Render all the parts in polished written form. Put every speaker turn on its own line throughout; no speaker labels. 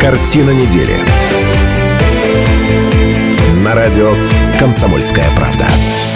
Картина недели. На радио «Комсомольская правда».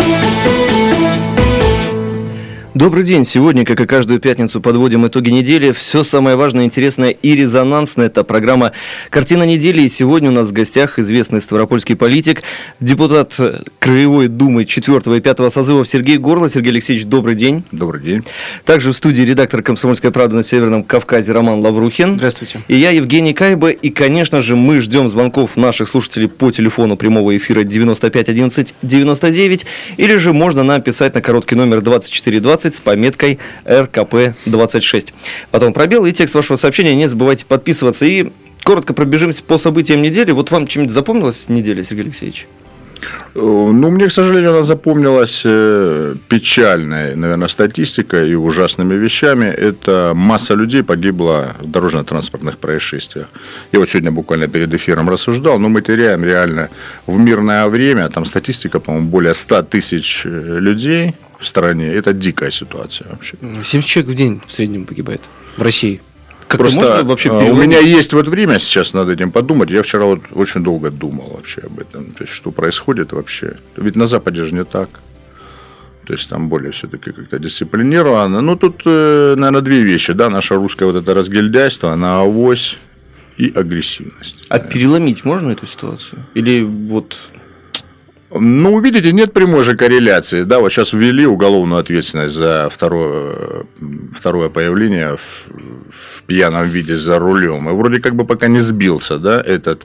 Добрый день. Сегодня, как и каждую пятницу, подводим итоги недели. Все самое важное, интересное и резонансное – это программа «Картина недели». И сегодня у нас в гостях известный ставропольский политик, депутат Краевой Думы 4 и 5 созывов Сергей Горло. Сергей Алексеевич, добрый день.
Добрый день.
Также в студии редактор «Комсомольской правды» на Северном Кавказе Роман Лаврухин.
Здравствуйте.
И я, Евгений Кайба. И, конечно же, мы ждем звонков наших слушателей по телефону прямого эфира 95 11 99. Или же можно нам писать на короткий номер 2420 с пометкой РКП-26. Потом пробел и текст вашего сообщения. Не забывайте подписываться. И коротко пробежимся по событиям недели. Вот вам чем-нибудь запомнилась неделя, Сергей Алексеевич?
Мне, к сожалению, она запомнилась печальной, наверное, статистикой и ужасными вещами. Это масса людей погибла в дорожно-транспортных происшествиях. Я вот сегодня буквально перед эфиром рассуждал, но мы теряем реально в мирное время, там статистика, по-моему, более 100 тысяч людей в стране. Это дикая ситуация вообще.
70 человек в день в среднем погибает в России.
Как-то
просто
можно вообще
у меня есть вот время сейчас над этим подумать. Я вчера вот очень долго думал вообще об этом. То есть, что происходит вообще. Ведь на Западе же не так. То есть, там более все-таки как-то дисциплинировано. Ну, тут, наверное, две вещи. Да? Наша русская вот это разгильдяйство, на авось и агрессивность.
А переломить можно эту ситуацию? Или вот...
Ну, видите, нет прямой же корреляции. Да, вот сейчас ввели уголовную ответственность за второе появление в пьяном виде за рулем. И вроде как бы пока не сбился, да, этот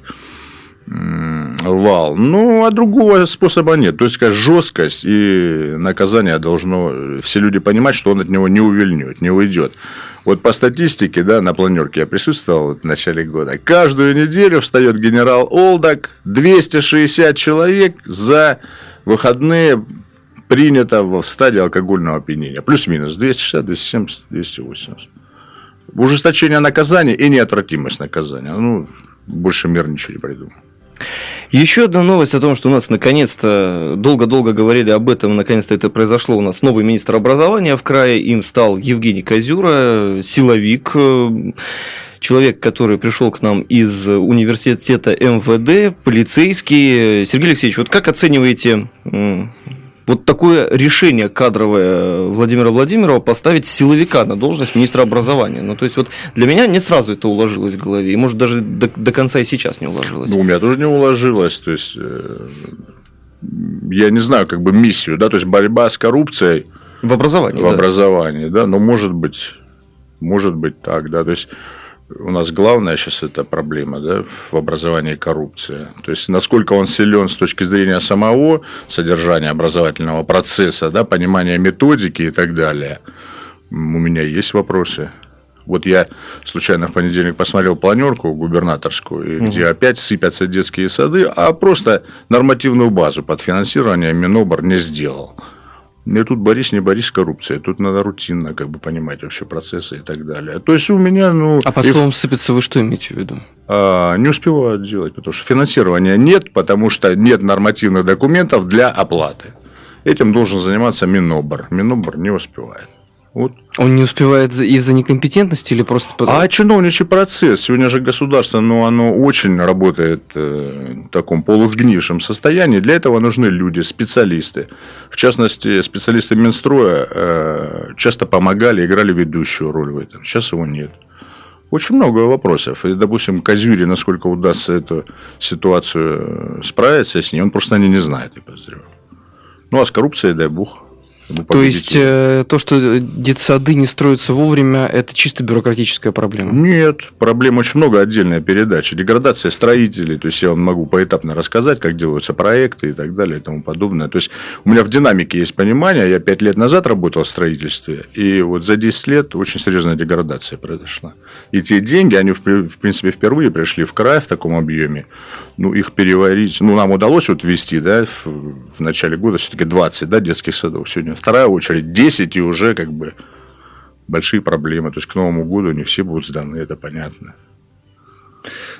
вал. Ну, а другого способа нет. То есть, жесткость и наказание должно все люди понимать, что он от него не увильнет, не уйдет. Вот по статистике, да, на планерке я присутствовал в начале года. Каждую неделю встает генерал Олдак, 260 человек за выходные принято в стадии алкогольного опьянения. Плюс-минус 260, 270, 280. Ужесточение наказания и неотвратимость наказания. Ну, больше мир ничего не придумал.
Еще одна новость о том, что у нас наконец-то, долго-долго говорили об этом, наконец-то это произошло. У нас новый министр образования в крае, им стал Евгений Козюра, силовик, человек, который пришел к нам из университета МВД, полицейский. Сергей Алексеевич, вот как оцениваете вот такое решение кадровое Владимира Владимирова поставить силовика на должность министра образования? Ну, то есть, вот для меня не сразу это уложилось в голове, и, может, даже до конца и сейчас не уложилось.
Ну, у меня тоже не уложилось, то есть, я не знаю, как бы миссию, да, то есть, борьба с коррупцией
в образовании.
В образовании, да, но может быть так, да, то есть, у нас главная сейчас эта проблема, да, в образовании коррупция. То есть, насколько он силен с точки зрения самого содержания образовательного процесса, да, понимания методики и так далее. У меня есть вопросы. Вот я случайно в понедельник посмотрел планерку губернаторскую, где опять сыпятся детские сады, а просто нормативную базу под финансирование Минобр не сделал. И тут борись, не борись с коррупцией. Тут надо рутинно как бы понимать вообще процессы и так далее. То есть у меня,
А под словом сыпется вы что имеете в виду?
Не успеваю делать, потому что финансирования нет, потому что нет нормативных документов для оплаты. Этим должен заниматься Минобр. Минобр не успевает. Вот.
Он не успевает из-за некомпетентности или просто...
А чиновничий процесс. Сегодня же государство, оно очень работает в таком полусгнившем состоянии. Для этого нужны люди, специалисты. В частности, специалисты Минстроя часто помогали, играли ведущую роль в этом. Сейчас его нет. Очень много вопросов. И, допустим, Козюре, насколько удастся эту ситуацию справиться с ней, он просто не знает, я подозреваю. Ну, а с коррупцией, дай бог.
То есть, то, что детсады не строятся вовремя, это чисто бюрократическая проблема?
Нет, проблем очень много, отдельная передача. Деградация строителей, то есть, я вам могу поэтапно рассказать, как делаются проекты и так далее и тому подобное. То есть, у меня в динамике есть понимание, я 5 лет назад работал в строительстве, и вот за 10 лет очень серьезная деградация произошла. И те деньги, они, в принципе, впервые пришли в край в таком объеме. Ну, их переварить, нам удалось вот ввести, да, в начале года все-таки 20, да, детских садов. Сегодня вторая очередь, 10, и уже как бы большие проблемы. То есть, к Новому году не все будут сданы, это понятно.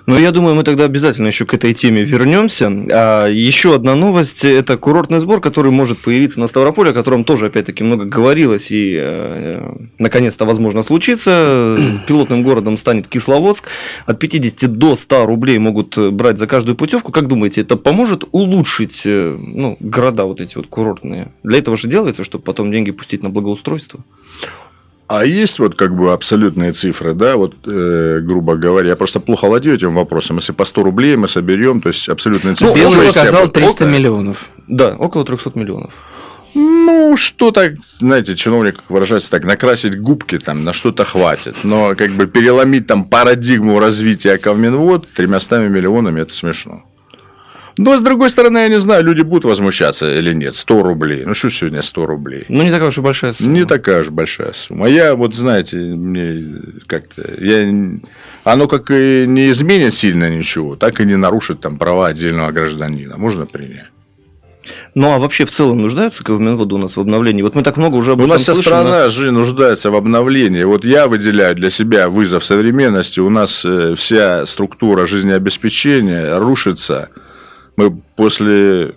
Ну, я думаю, мы тогда обязательно еще к этой теме вернемся. Еще одна новость – это курортный сбор, который может появиться на Ставрополе, о котором тоже, опять-таки, много говорилось и, наконец-то, возможно, случится. Пилотным городом станет Кисловодск. От 50 до 100 рублей могут брать за каждую путевку. Как думаете, это поможет улучшить города вот эти вот курортные? Для этого же делается, чтобы потом деньги пустить на благоустройство?
А есть вот как бы абсолютные цифры, да, вот, грубо говоря, я просто плохо владею этим вопросом. Если по 100 рублей мы соберем, то есть абсолютные цифры.
Белый сказал 300 миллионов.
Да, около 300 миллионов.
Ну, что-то, знаете, чиновник выражается так, накрасить губки там на что-то хватит. Но как бы переломить там парадигму развития Ковминвод 300 миллионами – это смешно. Но, с другой стороны, я не знаю, люди будут возмущаться или нет. 100 рублей. Ну, что сегодня 100 рублей?
Ну, не такая уж и большая сумма.
Не такая уж большая сумма. А я, вот, знаете, мне как-то... Оно как и не изменит сильно ничего, так и не нарушит там права отдельного гражданина. Можно принять?
Ну, а вообще в целом нуждаются Ковминводы у нас в обновлении? Вот мы так много уже об этом слышим.
У нас вся страна же нуждается в обновлении. Вот я выделяю для себя вызов современности. У нас вся структура жизнеобеспечения рушится. Мы после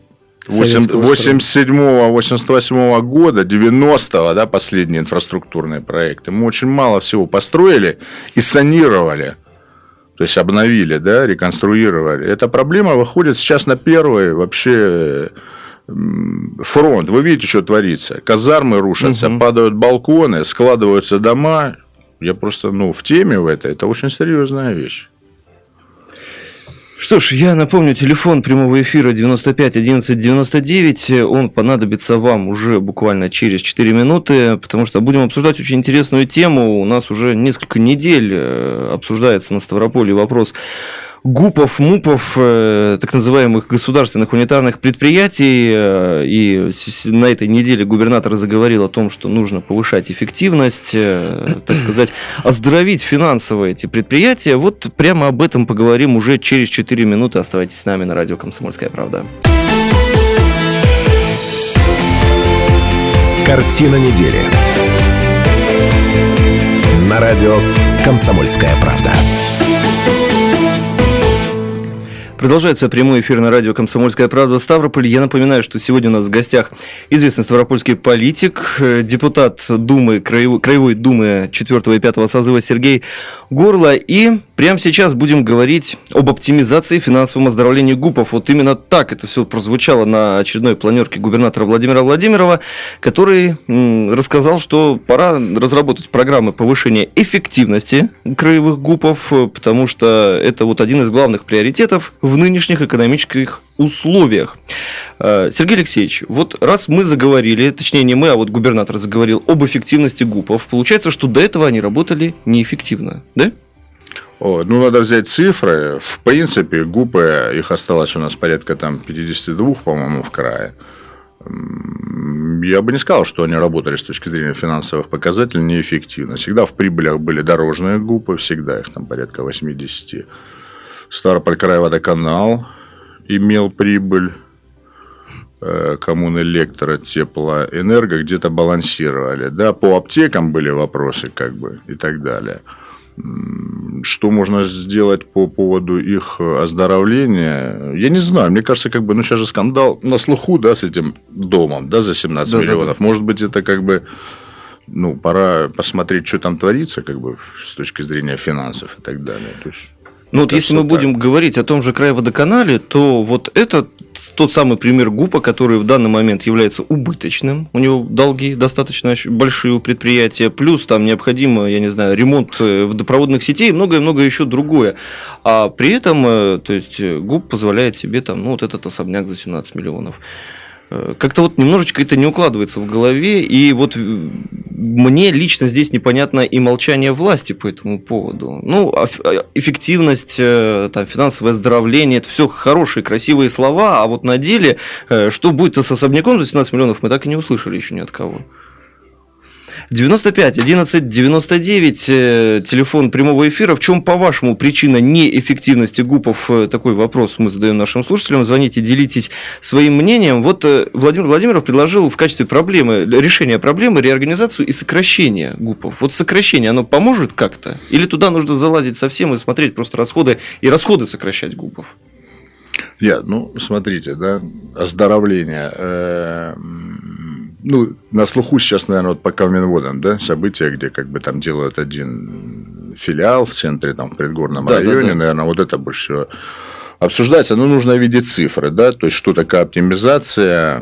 87-88 года, 90-го, да, последние инфраструктурные проекты, мы очень мало всего построили и санировали. То есть обновили, да, реконструировали. Эта проблема выходит сейчас на первый вообще фронт. Вы видите, что творится. Казармы рушатся, падают балконы, складываются дома. Я просто в теме в этой. Это очень серьезная вещь.
Что ж, я напомню, телефон прямого эфира 95 11 99, он понадобится вам уже буквально через 4 минуты, потому что будем обсуждать очень интересную тему. У нас уже несколько недель обсуждается на Ставрополье вопрос ГУПов, МУПов, так называемых государственных унитарных предприятий, и на этой неделе губернатор заговорил о том, что нужно повышать эффективность, так сказать, оздоровить финансово эти предприятия. Вот прямо об этом поговорим уже через 4 минуты. Оставайтесь с нами на радио «Комсомольская правда».
Картина недели. На радио «Комсомольская правда».
Продолжается прямой эфир на радио «Комсомольская правда» Ставрополь. Я напоминаю, что сегодня у нас в гостях известный ставропольский политик, депутат Думы, Краевой Думы 4 и 5 созыва Сергей Горло. И прямо сейчас будем говорить об оптимизации и финансовом оздоровлении ГУПов. Вот именно так это все прозвучало на очередной планерке губернатора Владимира Владимирова, который рассказал, что пора разработать программы повышения эффективности краевых ГУПов, потому что это вот один из главных приоритетов в нынешних экономических условиях. Сергей Алексеевич, вот раз мы заговорили, точнее не мы, а вот губернатор заговорил об эффективности ГУПов, получается, что до этого они работали неэффективно, да?
Надо взять цифры. В принципе, ГУПы, их осталось у нас порядка 52, по-моему, в крае. Я бы не сказал, что они работали с точки зрения финансовых показателей неэффективно. Всегда в прибылях были дорожные ГУПы, всегда их там порядка 80. Ставрополь Крайводоканал имел прибыль, Коммунэлектро, Теплоэнерго где-то балансировали. Да, по аптекам были вопросы и так далее. Что можно сделать по поводу их оздоровления? Я не знаю. Мне кажется, сейчас же скандал на слуху, да, с этим домом, да, за 17 миллионов. Да. Может быть, это пора посмотреть, что там творится, с точки зрения финансов и так далее. То есть...
вот если мы будем говорить о том же Крайводоканале, то вот это тот самый пример ГУПа, который в данный момент является убыточным. У него долги достаточно большие у предприятия, плюс там необходимо, ремонт водопроводных сетей и многое-многое еще другое. А при этом, то есть, ГУП позволяет себе вот этот особняк за 17 миллионов. Как-то немножечко это не укладывается в голове, и вот мне лично здесь непонятно и молчание власти по этому поводу. Эффективность, финансовое оздоровление, это все хорошие, красивые слова, а вот на деле, что будет с особняком за 17 миллионов, мы так и не услышали еще ни от кого. 95 11 99, телефон прямого эфира. В чем, по-вашему, причина неэффективности ГУПов? Такой вопрос мы задаем нашим слушателям. Звоните, делитесь своим мнением. Вот Владимир Владимиров предложил в качестве проблемы, решения проблемы, реорганизацию и сокращение ГУПов. Вот сокращение, оно поможет как-то? Или туда нужно залазить совсем и смотреть просто расходы, и расходы сокращать ГУПов?
Смотрите, да, оздоровление. На слуху сейчас, наверное, вот по Минводам, да, события, где как бы там делают один филиал в центре, там, в предгорном районе, наверное, вот это больше всего обсуждается. Но нужно видеть цифры, да, то есть, что такая оптимизация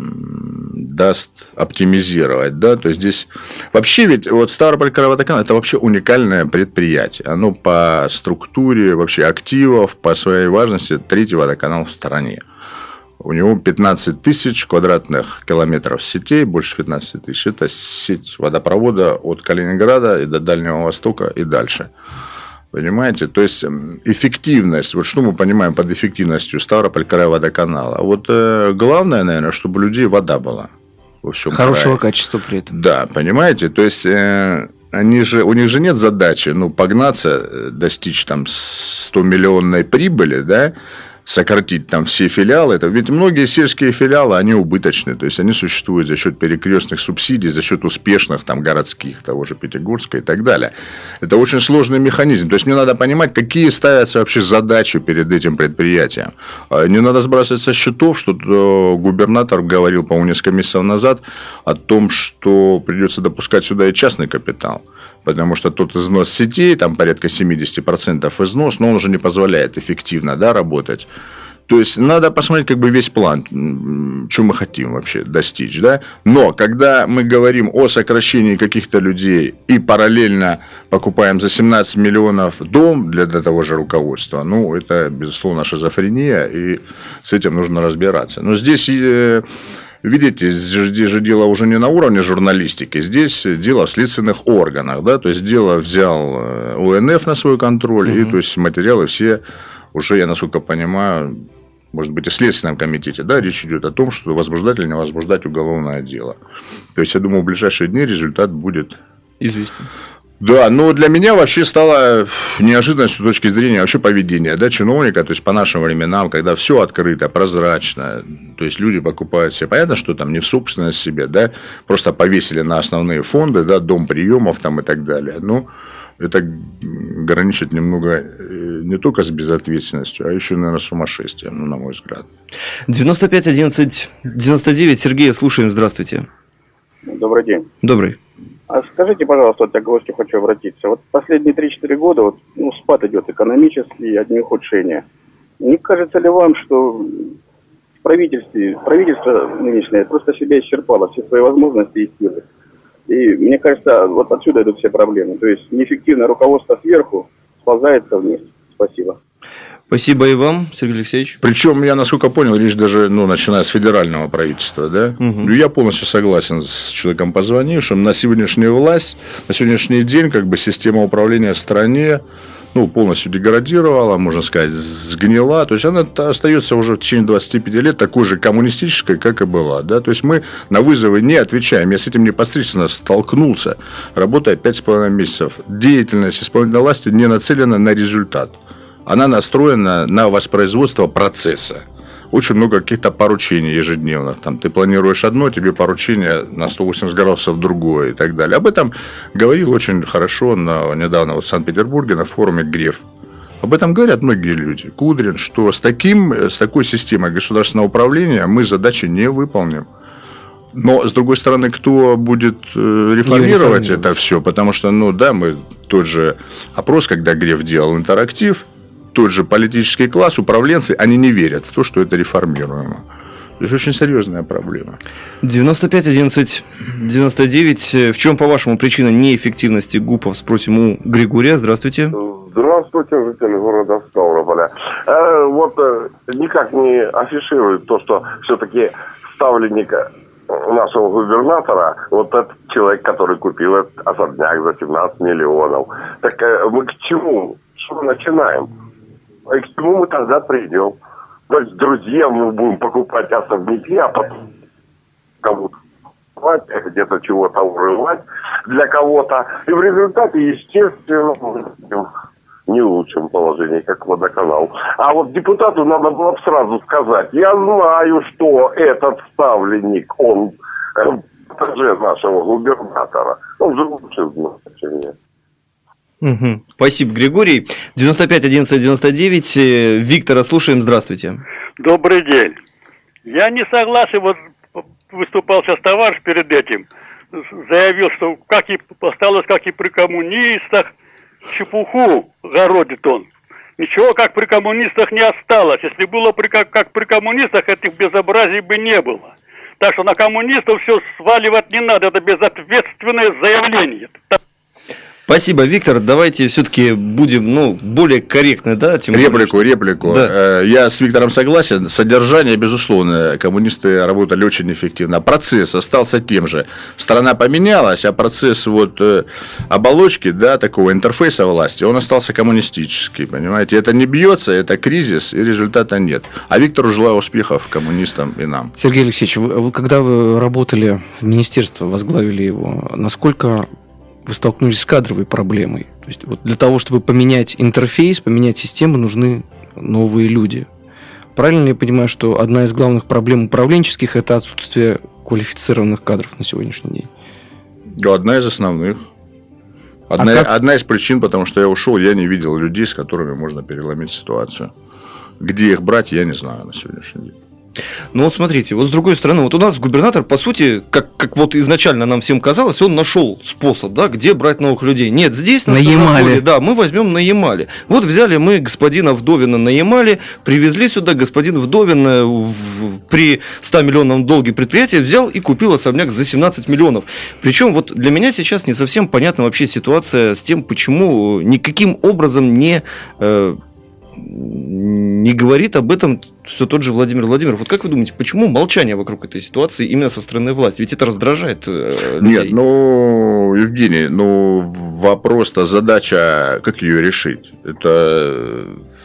даст оптимизировать, да, то есть, здесь вообще ведь вот Ставрополь-Каравай-Водоканал – это вообще уникальное предприятие, оно по структуре вообще активов, по своей важности третий водоканал в стране. У него 15 тысяч квадратных километров сетей, больше 15 тысяч. Это сеть водопровода от Калининграда и до Дальнего Востока и дальше. Понимаете? То есть, эффективность. Вот что мы понимаем под эффективностью Ставрополь-Каравай-Водоканала? Вот главное, наверное, чтобы у людей вода была во всем
хорошего
крае.
Качества при этом.
Да, понимаете? То есть, у них же нет задачи погнаться, достичь там 100-миллионной прибыли, да, сократить там все филиалы. Ведь многие сельские филиалы, они убыточны. То есть, они существуют за счет перекрестных субсидий, за счет успешных там городских, того же Пятигорска и так далее. Это очень сложный механизм. То есть, мне надо понимать, какие ставятся вообще задачи перед этим предприятием. Не надо сбрасывать со счетов, что губернатор говорил, по-моему, несколько месяцев назад о том, что придется допускать сюда и частный капитал. Потому что тот износ сетей, там порядка 70% износ, но он уже не позволяет эффективно, да, работать. То есть, надо посмотреть как бы весь план, что мы хотим вообще достичь. Да? Но, когда мы говорим о сокращении каких-то людей и параллельно покупаем за 17 миллионов дом для того же руководства, это, безусловно, шизофрения, и с этим нужно разбираться. Но здесь... Видите, здесь же дело уже не на уровне журналистики, здесь дело в следственных органах, да, то есть дело взял УНФ на свой контроль, и то есть материалы все уже, я насколько понимаю, может быть, и в Следственном комитете, да, речь идет о том, что возбуждать или не возбуждать уголовное дело. То есть, я думаю, в ближайшие дни результат будет
известен.
Да, но для меня вообще стало неожиданностью с точки зрения вообще поведения, да, чиновника, то есть по нашим временам, когда все открыто, прозрачно, то есть люди покупают себе, понятно, что там не в собственность себе, да, просто повесили на основные фонды, да, дом приемов там и так далее, но это граничит немного не только с безответственностью, а еще, наверное, с сумасшествием, на мой взгляд.
95 11 99, Сергей, слушаем, здравствуйте.
Добрый день.
Добрый.
А скажите, пожалуйста, я к гостю хочу обратиться. Вот последние 3-4 года спад идет экономический, одни ухудшения. Не кажется ли вам, что правительство нынешнее просто себя исчерпало, все свои возможности и силы? И мне кажется, вот отсюда идут все проблемы. То есть неэффективное руководство сверху сползается вниз. Спасибо.
Спасибо и вам, Сергей Алексеевич.
Причем, я, насколько понял, речь даже, начиная с федерального правительства, да? Угу. Я полностью согласен с человеком, позвонившим. На сегодняшнюю власть, на сегодняшний день, как бы система управления в стране, полностью деградировала, можно сказать, сгнила. То есть, она остается уже в течение 25 лет такой же коммунистической, как и была. Да? То есть, мы на вызовы не отвечаем. Я с этим непосредственно столкнулся, работая 5,5 месяцев. Деятельность исполнительной власти не нацелена на результат. Она настроена на воспроизводство процесса. Очень много каких-то поручений ежедневных. Там ты планируешь одно, тебе поручение на 180 градусов другое и так далее. Об этом говорил очень хорошо недавно в Санкт-Петербурге на форуме ГРЕФ. Об этом говорят многие люди. Кудрин, что с такой системой государственного управления мы задачи не выполним. Но, с другой стороны, кто будет реформировать это все? Потому что, мы тот же опрос, когда ГРЕФ делал интерактив, тот же политический класс, управленцы, они не верят в то, что это реформируемо. То есть, очень серьезная проблема. 95
11 99. В чем, по-вашему, причина неэффективности ГУПов? Спросим у Григория. Здравствуйте.
Здравствуйте, жители города Ставрополя. Никак не афиширует то, что все-таки ставленник нашего губернатора, этот человек, который купил этот особняк за 17 миллионов. Так мы к чему? Что мы начинаем? И к чему мы тогда придем? То есть, друзьям мы будем покупать особняки, а потом кому-то где-то чего-то урывать. для кого-то. И в результате, естественно, не в лучшем положении, как водоканал. А вот депутату надо было бы сразу сказать: я знаю, что этот ставленник, он протеже нашего губернатора. Он же лучше знает, чем я.
Угу. Спасибо, Григорий. 95 11 99. Виктора слушаем. Здравствуйте.
Добрый день. Я не согласен, вот выступал сейчас товарищ перед этим, заявил, что как и осталось, как и при коммунистах, чепуху городит он. Ничего, как при коммунистах, не осталось. Если было как при коммунистах, этих безобразий бы не было. Так что на коммунистов все сваливать не надо, это безответственное заявление.
Спасибо, Виктор. Давайте все-таки будем, более корректны, да?
Реплику.
Да.
Я с Виктором согласен. Содержание, безусловно, коммунисты работали очень эффективно. Процесс остался тем же. Страна поменялась, а процесс оболочки, да, такого интерфейса власти, он остался коммунистический, понимаете? Это не бьется, это кризис, и результата нет. А Виктору желаю успехов коммунистам и нам.
Сергей Алексеевич, когда вы работали в министерстве, возглавили его, насколько вы столкнулись с кадровой проблемой? То есть вот для того, чтобы поменять интерфейс, поменять систему, нужны новые люди. Правильно ли я понимаю, что одна из главных проблем управленческих – это отсутствие квалифицированных кадров на сегодняшний день?
Одна из основных. Одна из причин, потому что я ушел, я не видел людей, с которыми можно переломить ситуацию. Где их брать, я не знаю на сегодняшний день.
Ну вот смотрите, вот с другой стороны, вот у нас губернатор, по сути, как вот изначально нам всем казалось, он нашел способ, да, где брать новых людей. Нет, здесь на Ямале, да, мы возьмем на Ямале. Вот взяли мы господина Вдовина на Ямале, привезли сюда, господин Вдовин при 100 миллионном долге предприятия взял и купил особняк за 17 миллионов. Причем вот для меня сейчас не совсем понятна вообще ситуация с тем, почему никаким образом не говорит об этом все тот же Владимир Владимиров. Вот как вы думаете, почему молчание вокруг этой ситуации именно со стороны власти? Ведь это раздражает людей.
Нет, Евгений, вопрос-то, задача, как ее решить? Это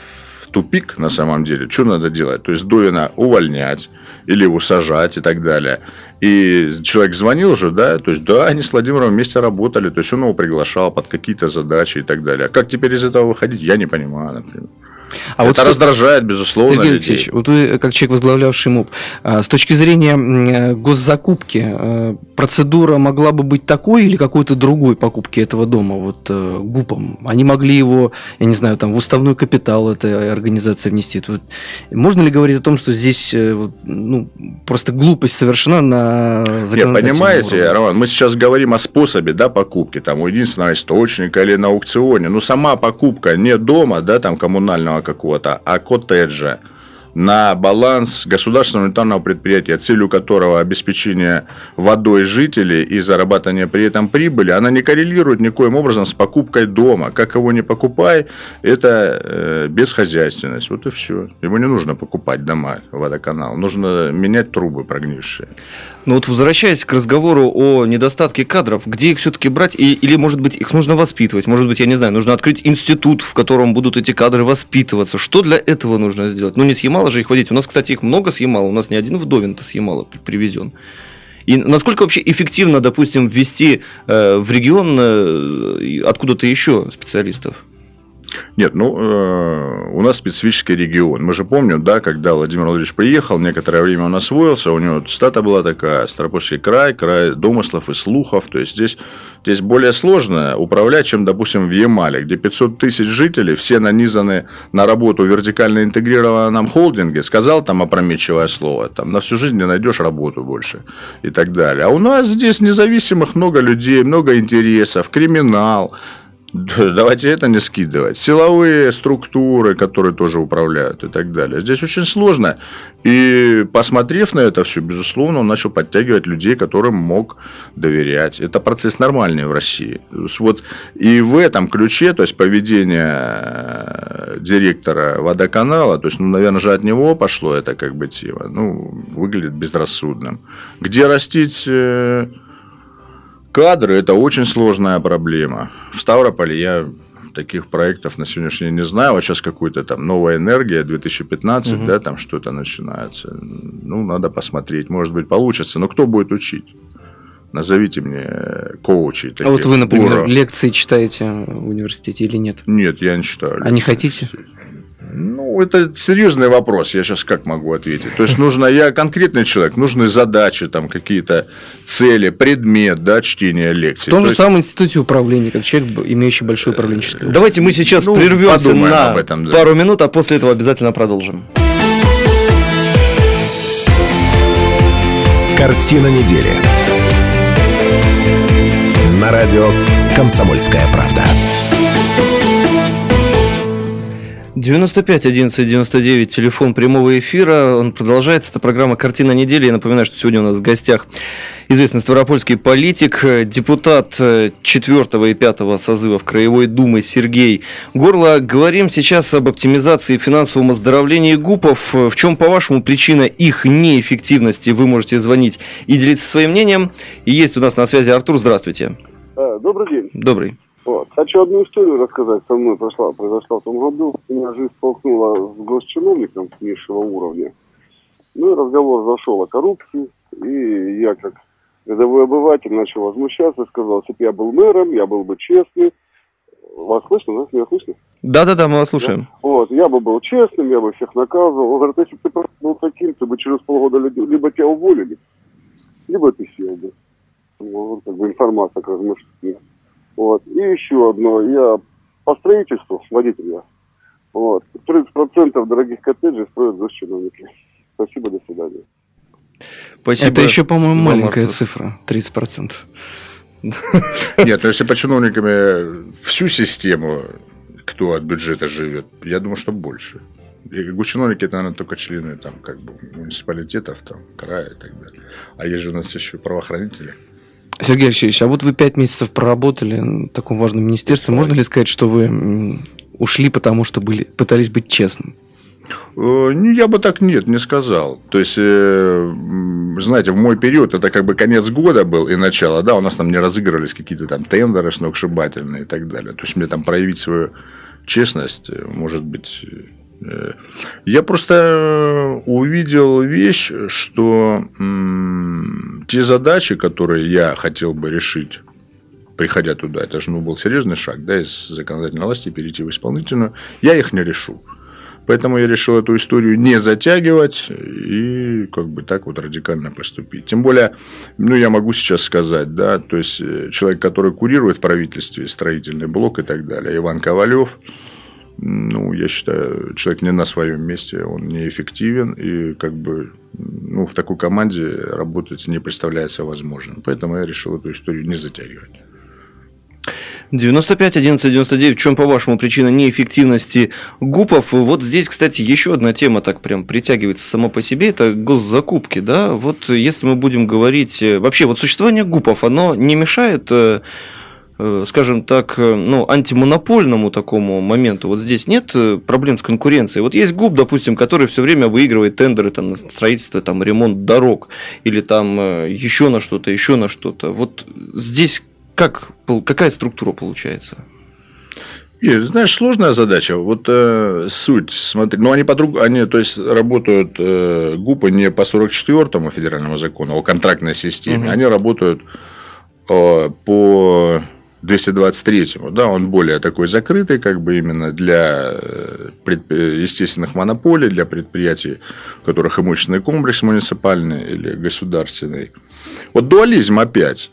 тупик на самом деле. Что надо делать? То есть Вдовина увольнять или его сажать и так далее. И человек звонил же, да, то есть, да, они с Владимиром вместе работали, то есть он его приглашал под какие-то задачи и так далее. А как теперь из этого выходить, я не понимаю, например. Это вот раздражает, безусловно,
Сергей
людей.
Алексеевич, вот вы, как человек, возглавлявший МУП, с точки зрения госзакупки, процедура могла бы быть такой или какой-то другой покупки этого дома, вот ГУПом? Они могли его, я не знаю, там, в уставной капитал этой организации внести. Вот, можно ли говорить о том, что здесь просто глупость совершена на законодательном уровне?
Нет, понимаете, Роман, мы сейчас говорим о способе, да, покупки, там, у единственного источника или на аукционе. Сама покупка не дома, да, там, коммунального какого-то, а коттеджа на баланс государственного унитарного предприятия, целью которого обеспечение водой жителей и зарабатывание при этом прибыли, она не коррелирует никоим образом с покупкой дома. Как его не покупай, это бесхозяйственность. Вот и все. Ему не нужно покупать дома, водоканал. Нужно менять трубы прогнившие.
Но вот возвращаясь к разговору о недостатке кадров, где их все-таки брать? Или, может быть, их нужно воспитывать? Может быть, я не знаю, нужно открыть институт, в котором будут эти кадры воспитываться? Что для этого нужно сделать? Не с Ямала же их водить. У нас, кстати, их много с Ямала. У нас не один Вдовин-то с Ямала привезен. И насколько вообще эффективно, допустим, ввести в регион откуда-то еще специалистов?
Нет, у нас специфический регион. Мы же помним, да, когда Владимир Владимирович приехал, некоторое время он освоился, у него цитата была такая: Ставропольский край домыслов и слухов. То есть здесь более сложно управлять, чем, допустим, в Ямале, где 500 тысяч жителей, все нанизаны на работу в вертикально интегрированном холдинге. Сказал там опрометчивое слово, там на всю жизнь не найдешь работу больше и так далее. А у нас здесь независимых много людей, много интересов, криминал. Давайте это не скидывать. Силовые структуры, которые тоже управляют и так далее. Здесь очень сложно. И посмотрев на это все, безусловно, он начал подтягивать людей, которым мог доверять. Это процесс нормальный в России. Вот и в этом ключе, то есть поведение директора водоканала, то есть, наверное, же от него пошло это как бы тема, выглядит безрассудным. Где растить кадры – это очень сложная проблема. В Ставрополе я таких проектов на сегодняшний день не знаю. Вот сейчас какая-то там новая энергия, 2015, да, там что-то начинается. Надо посмотреть. Может быть, получится. Но кто будет учить? Назовите мне коучей.
А вот вы, например, лекции читаете в университете или нет?
Нет, я не читаю.
А не хотите?
Ну, это серьезный вопрос, я сейчас как могу ответить. То есть, я конкретный человек, нужны задачи, там, какие-то цели, предмет, да, чтения лекций.
В том же самом институте управления, как человек, имеющий большой управленческий опыт.
Давайте мы сейчас прервемся на пару минут, а после этого обязательно продолжим.
Картина недели. На радио «Комсомольская правда».
95 11 99, телефон прямого эфира, он продолжается, это программа «Картина недели». Я напоминаю, что сегодня у нас в гостях известный ставропольский политик, депутат 4 и 5 созывов Краевой Думы Сергей Горло. Говорим сейчас об оптимизации и финансовом оздоровлении ГУПов. В чем, по-вашему, причина их неэффективности? Вы можете звонить и делиться своим мнением. И есть у нас на связи Артур, здравствуйте.
Добрый день.
Добрый.
Вот. Хочу одну историю рассказать. Со мной произошла в том году. Меня жизнь столкнула с госчиновником низшего уровня. Ну и разговор зашел о коррупции. И я, как рядовой обыватель, начал возмущаться. Сказал, если бы я был мэром, я был бы честный. Вас слышно, да? Меня слышно?
Да, мы вас слушаем.
Да? Вот, я бы был честным, я бы всех наказывал. Он говорит, если бы ты был таким, то бы через полгода либо тебя уволили, либо ты сел бы. Вот, как бы информация к размышлению. Вот. И еще одно. Я по строительству, водитель я. Вот. 30% дорогих коттеджей строят госчиновники. Спасибо, до свидания.
Спасибо.
Это еще, по-моему, маленькая цифра. 30%.
Нет, но если по чиновниками всю систему, кто от бюджета живет, я думаю, что больше. Госчиновники, это, наверное, только члены там, как бы, муниципалитетов, там, края и так далее. А есть же у нас еще правоохранители.
Сергей Алексеевич, а вот вы 5 месяцев проработали в таком важном министерстве. Можно ли сказать, что вы ушли, потому что пытались быть честным?
Я бы так не сказал. То есть, знаете, в мой период это как бы конец года был и начало, да, у нас там не разыгрывались какие-то там тендеры сногсшибательные и так далее. То есть, мне там проявить свою честность, может быть... Я просто увидел вещь, что те задачи, которые я хотел бы решить, приходя туда, это же был серьезный шаг, да, из законодательной власти перейти в исполнительную, я их не решу. Поэтому я решил эту историю не затягивать и как бы так вот радикально поступить. Тем более, я могу сейчас сказать, да, то есть человек, который курирует в правительстве строительный блок и так далее, Иван Ковалев, я считаю, человек не на своем месте, он неэффективен, и как бы в такой команде работать не представляется возможным. Поэтому я решил эту историю не затягивать.
95 11 99. В чем, по-вашему, причина неэффективности ГУПов? Вот здесь, кстати, еще одна тема так прям притягивается сама по себе, это госзакупки, да? Вот если мы будем говорить... Вообще, вот существование ГУПов, оно не мешает... скажем так, антимонопольному такому моменту. Вот здесь нет проблем с конкуренцией. Вот есть ГУП, допустим, который все время выигрывает тендеры там, на строительство, там, ремонт дорог или там еще на что-то. Вот здесь какая структура получается?
Знаешь, сложная задача. Вот суть, смотри, они то есть работают ГУПы не по 44-му федеральному закону, а о контрактной системе. Они работают по 223-му, да, он более такой закрытый, как бы именно для естественных монополий, для предприятий, у которых имущественный комплекс муниципальный или государственный. Вот дуализм опять.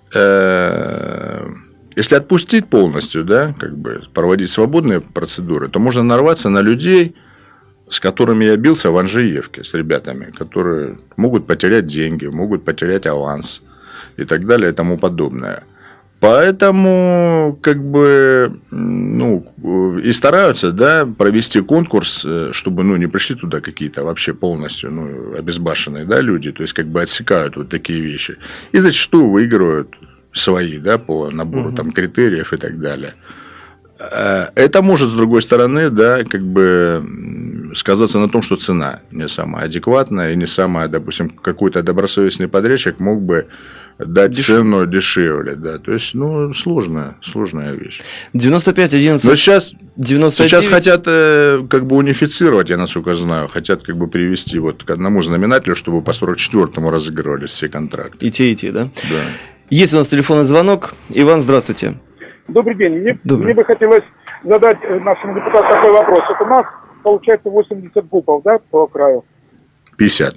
Если отпустить полностью, да, как бы проводить свободные процедуры, то можно нарваться на людей, с которыми я бился в Анжеевке, с ребятами, которые могут потерять деньги, могут потерять аванс и так далее и тому подобное. Поэтому, как бы, и стараются, да, провести конкурс, чтобы, не пришли туда какие-то вообще полностью, обезбашенные, да, люди, то есть, как бы, отсекают вот такие вещи. И зачастую выигрывают свои, да, по набору там критериев и так далее. Это может, с другой стороны, да, как бы сказаться на том, что цена не самая адекватная и не самая, допустим, какой-то добросовестный подрядчик мог бы дать цену дешевле, да, то есть, сложная вещь.
95 11.
Но сейчас хотят как бы унифицировать, я насколько знаю, хотят как бы привести вот к одному знаменателю, чтобы по 44-му разыгрывались все контракты.
И те, да?
Да.
Есть у нас телефонный звонок. Иван, здравствуйте.
Добрый день.
Добрый.
Мне бы хотелось задать нашему депутату такой вопрос. Вот у нас получается 80 ГУПов, да, по краю?
50.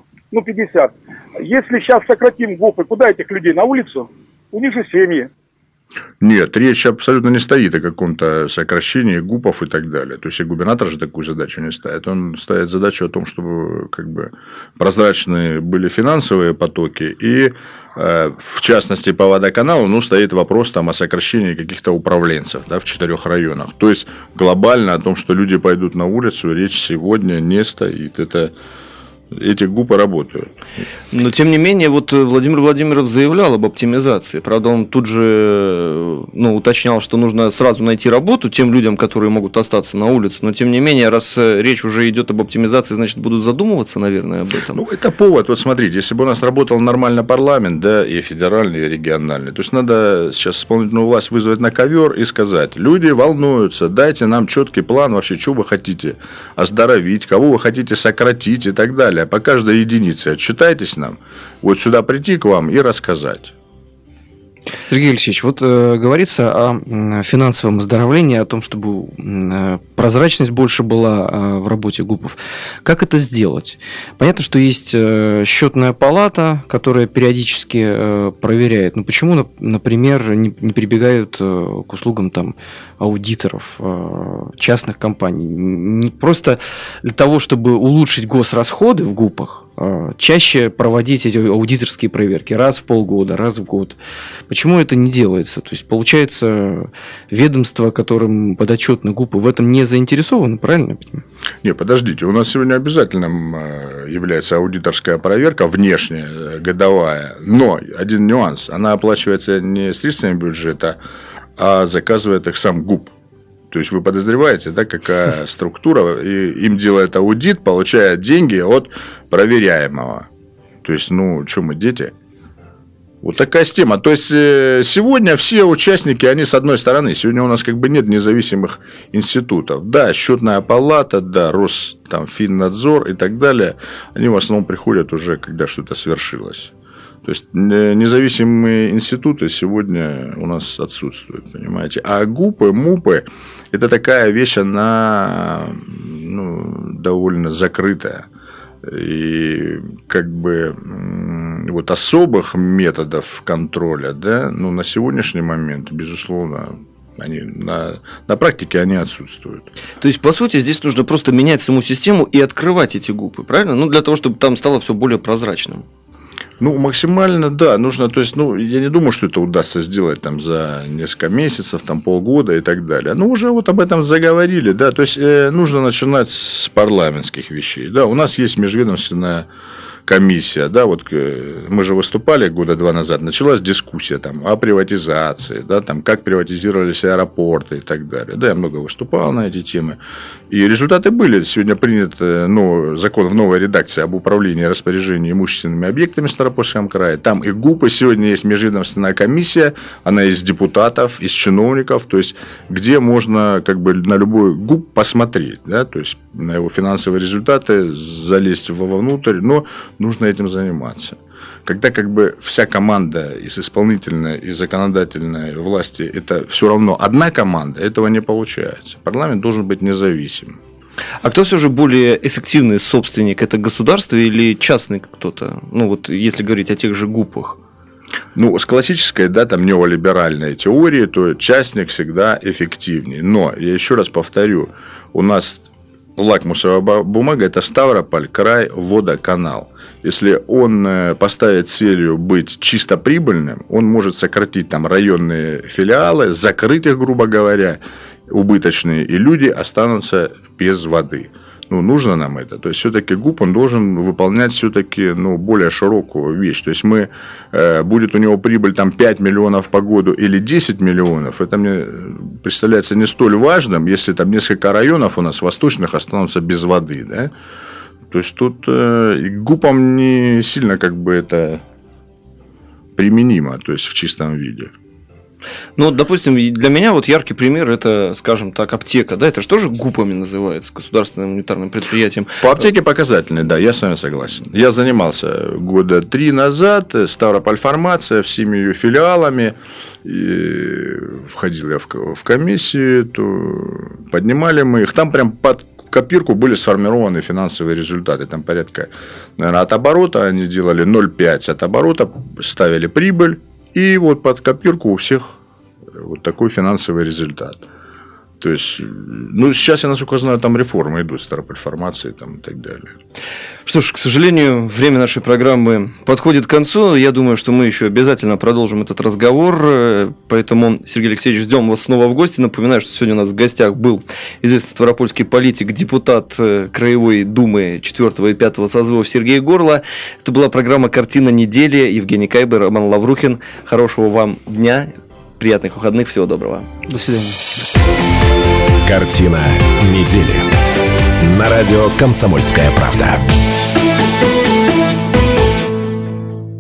50. Если сейчас сократим ГУПы, куда этих людей? На улицу? У них же семьи.
Нет, речь абсолютно не стоит о каком-то сокращении ГУПов и так далее. То есть, и губернатор же такую задачу не ставит. Он ставит задачу о том, чтобы прозрачные были финансовые потоки. И, в частности, по водоканалу стоит вопрос о сокращении каких-то управленцев в 4 районах. То есть, глобально о том, что люди пойдут на улицу, речь сегодня не стоит. Эти ГУПы работают.
Но, тем не менее, Владимир Владимиров заявлял об оптимизации. Правда, он тут же уточнял, что нужно сразу найти работу тем людям, которые могут остаться на улице. Но, тем не менее, раз речь уже идет об оптимизации, значит, будут задумываться, наверное, об этом.
Это повод. Вот смотрите, если бы у нас работал нормально парламент, и федеральный, и региональный, то есть надо сейчас исполнительную власть вызвать на ковер и сказать: люди волнуются, дайте нам четкий план вообще, что вы хотите оздоровить, кого вы хотите сократить и так далее. По каждой единице отчитайтесь нам, вот сюда прийти к вам и рассказать.
Сергей Алексеевич, говорится о финансовом оздоровлении, о том, чтобы прозрачность больше была в работе ГУПов. Как это сделать? Понятно, что есть счетная палата, которая периодически проверяет. Но почему, например, не прибегают к услугам аудиторов частных компаний? Не просто для того, чтобы улучшить госрасходы в ГУПах, чаще проводить эти аудиторские проверки раз в полгода, раз в год. Почему это не делается? То есть, получается, ведомства, которым подотчетны ГУПы, в этом не заинтересованы, правильно я понимаю?
Не, подождите, у нас сегодня обязательным является аудиторская проверка, внешняя, годовая. Но один нюанс, она оплачивается не средствами бюджета, а заказывает их сам ГУП. То есть, вы подозреваете, какая структура, и им делает аудит, получает деньги от проверяемого. То есть, что мы, дети? Вот такая система. То есть, сегодня все участники, они с одной стороны, сегодня у нас нет независимых институтов. Да, счетная палата, да, Росфиннадзор и так далее, они в основном приходят уже, когда что-то свершилось. То есть, независимые институты сегодня у нас отсутствуют, понимаете. А ГУПы, МУПы – это такая вещь, она довольно закрытая. И особых методов контроля, на сегодняшний момент, безусловно, они на практике они отсутствуют.
То есть, по сути, здесь нужно просто менять саму систему и открывать эти ГУПы, правильно? Для того, чтобы там стало все более прозрачным.
Максимально, да, нужно, то есть, я не думаю, что это удастся сделать за несколько месяцев, полгода и так далее. Уже об этом заговорили, да, то есть, нужно начинать с парламентских вещей, да, у нас есть межведомственная комиссия, да, мы же выступали года 2 назад, началась дискуссия о приватизации, да, как приватизировались аэропорты и так далее, да, я много выступал на эти темы, и результаты были. Сегодня принят закон в новой редакции об управлении и распоряжении имущественными объектами в Ставропольском крае, там и ГУПы, сегодня есть межведомственная комиссия, она из депутатов, из чиновников, то есть, где можно на любой ГУП посмотреть, да, то есть, на его финансовые результаты, залезть вовнутрь, но нужно этим заниматься. Когда вся команда из исполнительной и законодательной власти это все равно одна команда, этого не получается. Парламент должен быть независим.
А кто все же более эффективный собственник? Это государство или частный кто-то? Если говорить о тех же ГУПах.
С классической, неолиберальной теории, то частник всегда эффективнее. Но, я еще раз повторю, у нас лакмусовая бумага – это Ставрополь, край, водоканал. Если он поставит целью быть чисто прибыльным, он может сократить районные филиалы, закрыть их, грубо говоря, убыточные, и люди останутся без воды. Нужно нам это. То есть, все-таки ГУП он должен выполнять все-таки более широкую вещь. То есть, будет у него прибыль 5 миллионов по году или 10 миллионов, это мне представляется не столь важным, если несколько районов у нас восточных останутся без воды, да? То есть, тут ГУПам не сильно это применимо, то есть, в чистом виде.
Ну, допустим, для меня вот яркий пример – это, скажем так, аптека. Да, это же тоже ГУПами называется, государственным унитарным предприятием.
По аптеке показательный, да, я с вами согласен. Я занимался года 3 назад, Ставрополь Фармация, всеми ее филиалами. И входил я в комиссию, то поднимали мы их. Там прям под копирку были сформированы финансовые результаты. Там порядка, наверное, от оборота они делали 0,5, от оборота ставили прибыль. И вот под копирку у всех вот такой финансовый результат. То есть, ну, сейчас, я, насколько знаю, там реформы идут, Ставрополь Фармации там, и так далее.
Что ж, к сожалению, время нашей программы подходит к концу. Я думаю, что мы еще обязательно продолжим этот разговор. Поэтому, Сергей Алексеевич, ждем вас снова в гости. Напоминаю, что сегодня у нас в гостях был известный ставропольский политик, депутат Краевой Думы 4 и 5 созывов Сергей Горло. Это была программа «Картина недели». Евгений Кайбер, Роман Лаврухин. Хорошего вам дня, приятных выходных, всего доброго.
До свидания.
Картина недели. На радио «Комсомольская правда».